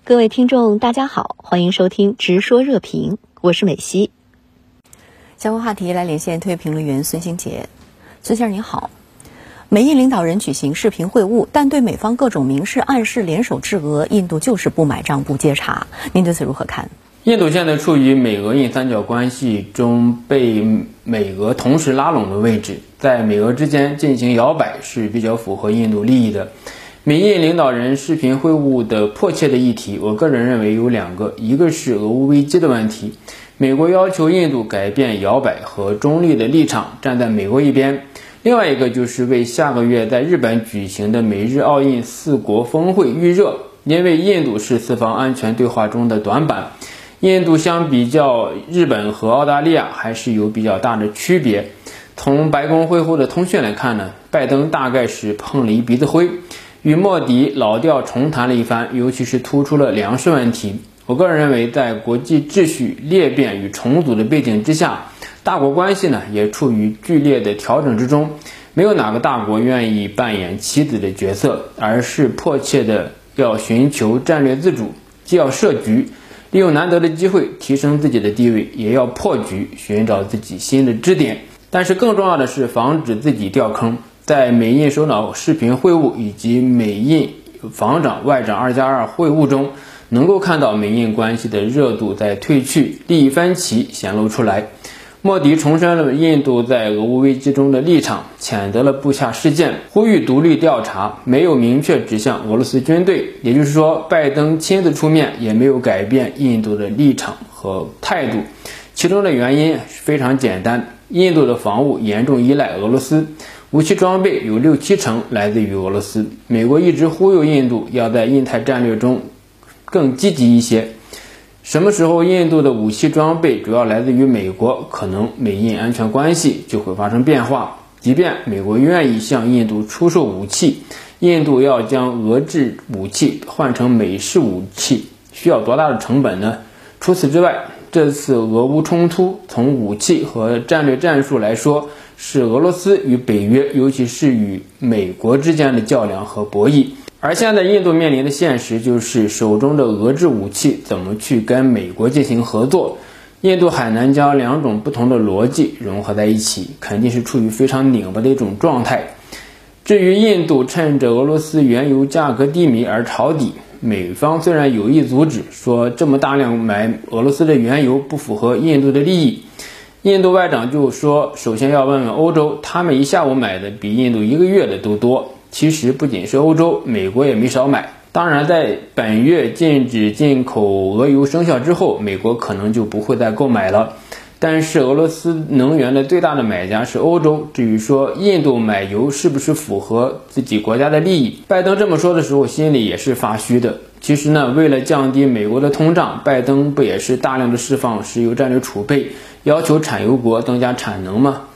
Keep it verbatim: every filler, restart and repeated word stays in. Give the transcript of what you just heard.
各位听众大家好，欢迎收听直说热评，我是美西。相关话题来连线特约评论员孙兴杰。孙先生您好，美印领导人举行视频会晤，但对美方各种明示暗示联手制俄，印度就是不买账不接茬，您对此如何看？ 印度现在处于美俄印三角关系中被美俄同时拉拢的位置，在美俄之间进行摇摆是比较符合印度利益的。美印领导人视频会晤的迫切的议题，我个人认为有两个，一个是俄乌危机的问题，美国要求印度改变摇摆和中立的立场，站在美国一边；另外一个就是为下个月在日本举行的美日澳印四国峰会预热，因为印度是四方安全对话中的短板，印度相比较日本和澳大利亚还是有比较大的区别。从白宫会后的通讯来看呢，拜登大概是碰了一鼻子灰，与莫迪老调重弹了一番，尤其是突出了粮食问题。我个人认为，在国际秩序裂变与重组的背景之下，大国关系呢也处于剧烈的调整之中。没有哪个大国愿意扮演棋子的角色，而是迫切的要寻求战略自主，既要设局，利用难得的机会提升自己的地位，也要破局，寻找自己新的支点。但是更重要的是防止自己掉坑。在美印首脑视频会晤以及美印防长外长二加二会晤中，能够看到美印关系的热度在退去，利益分歧显露出来。莫迪重申了印度在俄乌危机中的立场，谴责了布恰事件，呼吁独立调查，没有明确指向俄罗斯军队。也就是说，拜登亲自出面也没有改变印度的立场和态度。其中的原因非常简单，印度的防务严重依赖俄罗斯，武器装备有六七成来自于俄罗斯。美国一直忽悠印度要在印太战略中更积极一些。什么时候印度的武器装备主要来自于美国，可能美印安全关系就会发生变化。即便美国愿意向印度出售武器，印度要将俄制武器换成美式武器，需要多大的成本呢？除此之外，这次俄乌冲突从武器和战略战术来说，是俄罗斯与北约，尤其是与美国之间的较量和博弈。而现在印度面临的现实就是手中的俄制武器怎么去跟美国进行合作。印度很难将两种不同的逻辑融合在一起，肯定是处于非常拧巴的一种状态。至于印度趁着俄罗斯原油价格低迷而抄底，美方虽然有意阻止，说这么大量买俄罗斯的原油不符合印度的利益，印度外长就说首先要问问欧洲，他们一下午买的比印度一个月的都多。其实不仅是欧洲，美国也没少买。当然在本月禁止进口俄油生效之后，美国可能就不会再购买了。但是俄罗斯能源的最大的买家是欧洲，至于说印度买油是不是符合自己国家的利益，拜登这么说的时候心里也是发虚的。其实呢，为了降低美国的通胀，拜登不也是大量的释放石油战略储备，要求产油国增加产能吗？